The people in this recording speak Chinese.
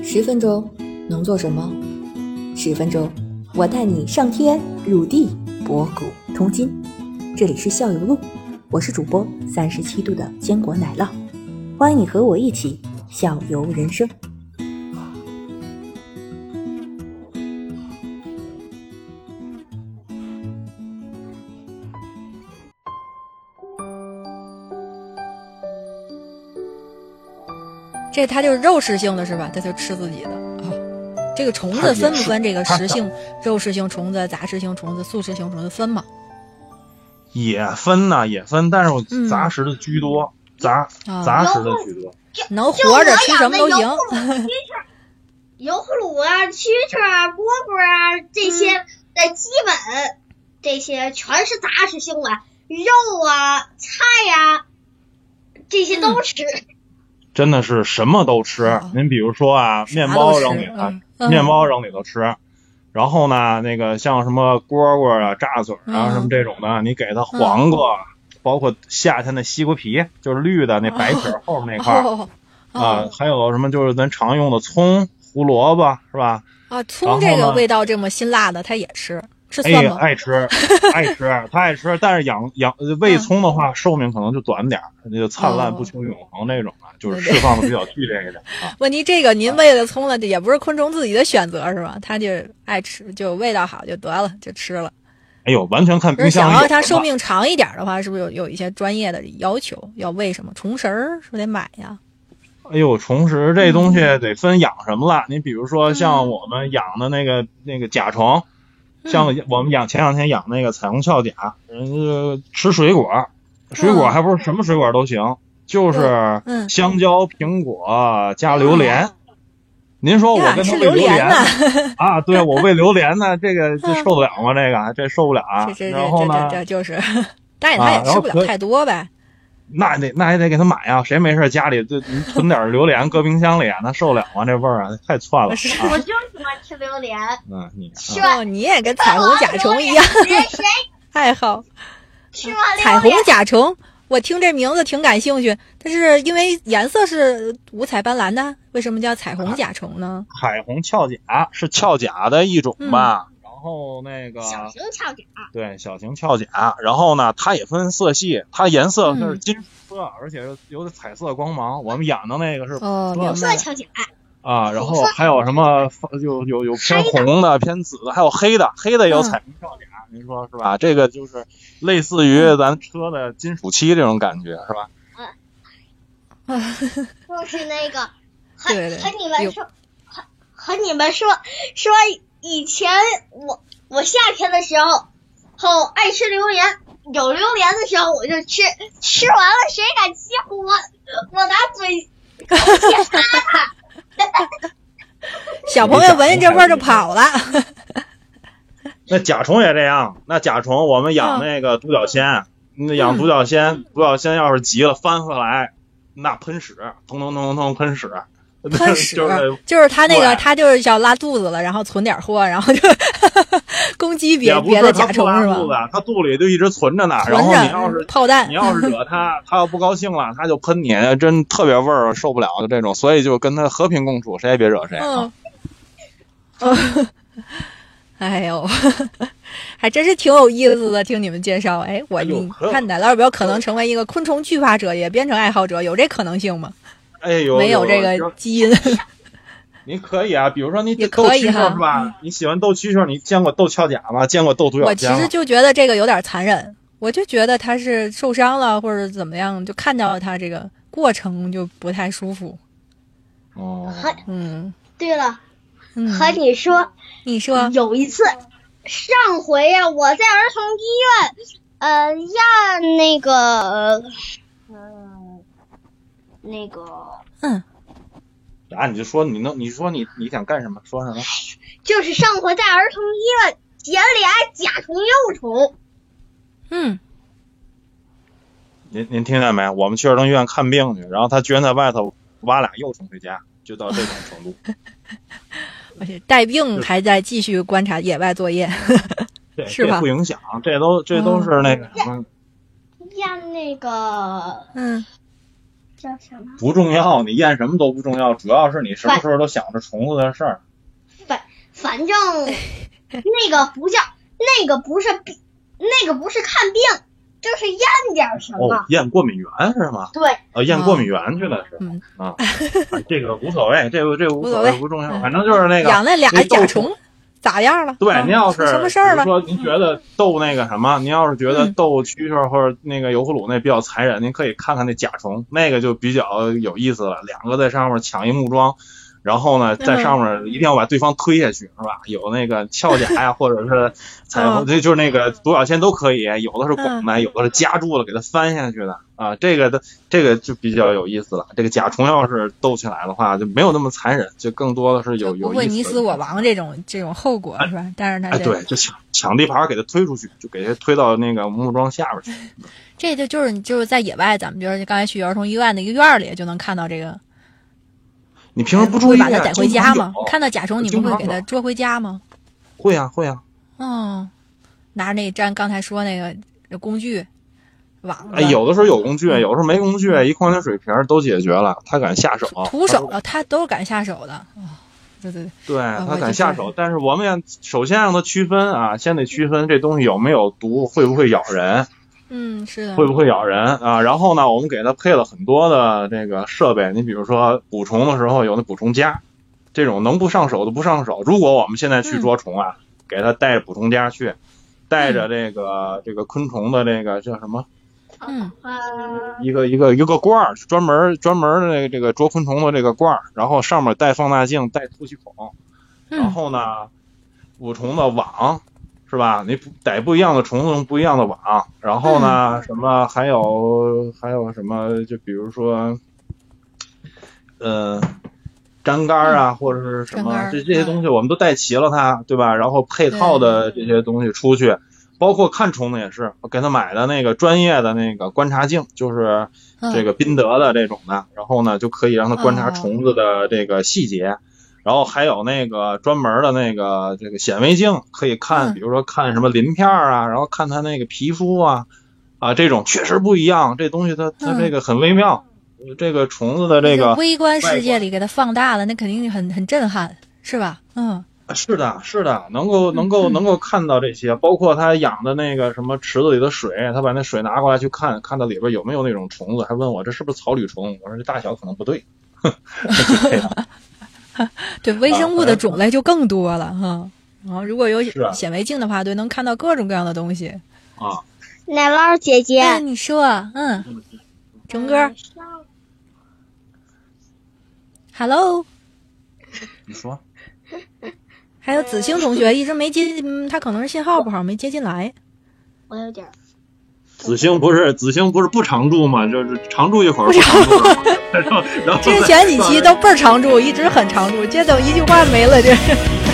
10分钟能做什么？10分钟，我带你上天入地，博古通今。这里是校友录，我是主播37度的坚果奶酪，欢迎你和我一起校游人生。 这它就是肉食性的是吧？它就吃自己的啊。这个虫子分不分这个食性、肉食性虫子、杂食性虫子、素食性虫子分吗？ 也分呐，也分，但是我杂食的居多，杂食的居多。 能活着吃什么都行。 油葫芦啊、蛐蛐啊、蝈蝈啊，这些的基本这些全是杂食性的，肉啊、菜呀、这些都吃。 真的是什么都吃，您比如说啊，面包扔里头，面包扔里头吃，然后呢，那个像什么蝈蝈啊、炸嘴啊什么这种的，你给它黄瓜，包括夏天的西瓜皮，就是绿的那白皮后面那块啊，还有什么就是咱常用的葱、胡萝卜是吧？ 啊，葱这个味道这么辛辣的，它也吃。吃蒜吗？ 爱吃，他爱吃，但是喂葱的话，寿命可能就短点，就灿烂不求永恒那种啊，就是释放的比较剧烈一点啊。 问题这个您喂的葱呢，也不是昆虫自己的选择是吧？它就爱吃，就味道好就得了，就吃了。 哎呦，完全看冰箱里。 想要它寿命长一点的话，是不是有一些专业的要求？要喂什么虫食儿？是不是得买呀？ 哎呦，虫食这东西得分养什么了。你比如说像我们养的那个甲虫。像我们前两天养那个彩虹鞘甲，吃水果还不是什么水果都行，就是香蕉、苹果加榴莲。您说我跟他喂榴莲啊？对，我喂榴莲呢，这个受得了吗？这受不了啊。然后呢， 这就是，但是他也吃不了太多呗。 那也得给他买啊！谁没事家里就囤点榴莲搁冰箱里啊？那受得了吗？这味儿啊，太窜了！ 我就喜欢吃榴莲。 你也跟彩虹甲虫一样，爱好。彩虹甲虫，我听这名字挺感兴趣。它是因为颜色是五彩斑斓的，为什么叫彩虹甲虫呢？ 彩虹鞘甲是鞘甲的一种吧。然后那个小型鞘甲， 对，小型鞘甲。然后呢，它也分色系，它颜色是金属色，而且有彩色光芒。我们养的那个是红色鞘甲啊，然后还有什么有偏红的、偏紫的，还有黑的也有彩虹鞘甲。您说是吧？这个就是类似于咱车的金属漆这种感觉，是吧？ 就是那个和你们说以前我夏天的时候爱吃榴莲，有榴莲的时候我就吃完了谁敢欺负我拿嘴切它。 小朋友闻见这味儿就跑了。 那甲虫也这样，那甲虫我们养那个独角仙，养独角仙要是急了翻回来，那喷屎，腾喷屎。 就是他那个，他就是要拉肚子了，然后存点货，然后就攻击别的甲虫是吧？ 他肚里就一直存着呢。然后你要是炮弹， 你要是惹他，他要不高兴了，他就喷你，真特别味儿，受不了就这种。所以就跟他和平共处，谁也别惹谁。 哎呦，还真是挺有意思的，听你们介绍。哎，你看奶酪有没有可能成为一个昆虫惧怕者，也变成爱好者？有这可能性吗？ 哎呦， 没有这个基因。 你可以啊，比如说你斗蛐蛐是吧？你喜欢斗蛐蛐，你见过斗鞘甲吗？见过斗独角仙吗？ 我其实就觉得这个有点残忍，我就觉得他是受伤了或者怎么样，就看到他这个过程就不太舒服。 对了，和你说有一次，上回呀，我在儿童医院，验你就说你说你想干什么？说什么？ 就是上回在儿童医院捡俩甲虫幼虫。 您听见没？我们去儿童医院看病去，然后他居然在外头挖俩幼虫回家，就到这种程度。 而且带病还在继续观察野外作业，是吧？ 这不影响，这都是那个什么。 验那个叫什么？ 不重要，你验什么都不重要，主要是你什么时候都想着虫子的事儿。 反正那个不叫，那个不是看病，就是验点什么。 哦，验过敏源是吗？ 对。 验过敏源去了是吗？这个无所谓，这个无所谓，不重要，反正就是那个养那俩甲虫咋样了？ 对，您要是什么事儿了？ 比如说您觉得斗那个什么，您要是觉得斗蛐蛐或者那个油葫芦那比较残忍，您可以看看那甲虫，那个就比较有意思了。两个在上面抢一木桩。然后呢，在上面一定要把对方推下去，是吧？有那个鞘甲呀，或者是彩虹，就是那个独角仙都可以，有的是拱的，有的是夹住了给它翻下去的啊。这个就比较有意思了。这个甲虫要是斗起来的话，就没有那么残忍，就更多的是有意思。 不会你死我亡这种后果是吧？但是它对，就抢地盘给它推出去，就给它推到那个木桩下边去。 这就是在野外，咱们就是刚才去儿童医院那个院里就能看到这个。 你平时不注意把它带回家吗？看到甲虫你们会给它捉回家吗？ 会啊。 拿着那刚才说那个工具网子。 有的时候有工具，有的时候没工具，一矿泉水瓶都解决了。他敢下手， 徒手了，他都是敢下手的。 对，他敢下手，但是我们首先让他区分啊，先得区分这东西有没有毒，会不会咬人。 是的。 会不会咬人啊？然后呢，我们给它配了很多的这个设备。你比如说捕虫的时候有那捕虫夹，这种能不上手的不上手。如果我们现在去捉虫啊，给它带着捕虫夹去，带着这个昆虫的这个叫什么？一个罐儿，专门的这个捉昆虫的这个罐儿，然后上面带放大镜，带透气孔，然后呢，捕虫的网。是吧？你逮不一样的虫子用不一样的网，然后呢，什么还有什么？就比如说，粘杆啊，或者是什么这些东西，我们都带齐了它，对吧？然后配套的这些东西出去，包括看虫子也是，我给他买的那个专业的那个观察镜，就是这个宾得的这种的，然后呢就可以让它观察虫子的这个细节。然后还有那个专门的那个这个显微镜，可以看，比如说看什么鳞片啊，然后看它那个皮肤啊，这种确实不一样。这东西它这个很微妙，这个虫子的这个微观世界里给它放大了，那肯定很震撼，是吧？ 是的，能够看到这些，包括他养的那个什么池子里的水，他把那水拿过来去看到里边有没有那种虫子，还问我这是不是草履虫？我说这大小可能不对。 对，微生物的种类就更多了哈。然后如果有显微镜的话，对，能看到各种各样的东西。 奶酪姐姐， 你说，虫哥 ，Hello， 你说， 还有子星同学一直没接，他可能是信号不好，没接进来。 我有点。 子星不是不常驻吗？就是常驻一会儿，不常驻。然后之前几期都倍儿常驻，一直很常驻，这等一句话没了这。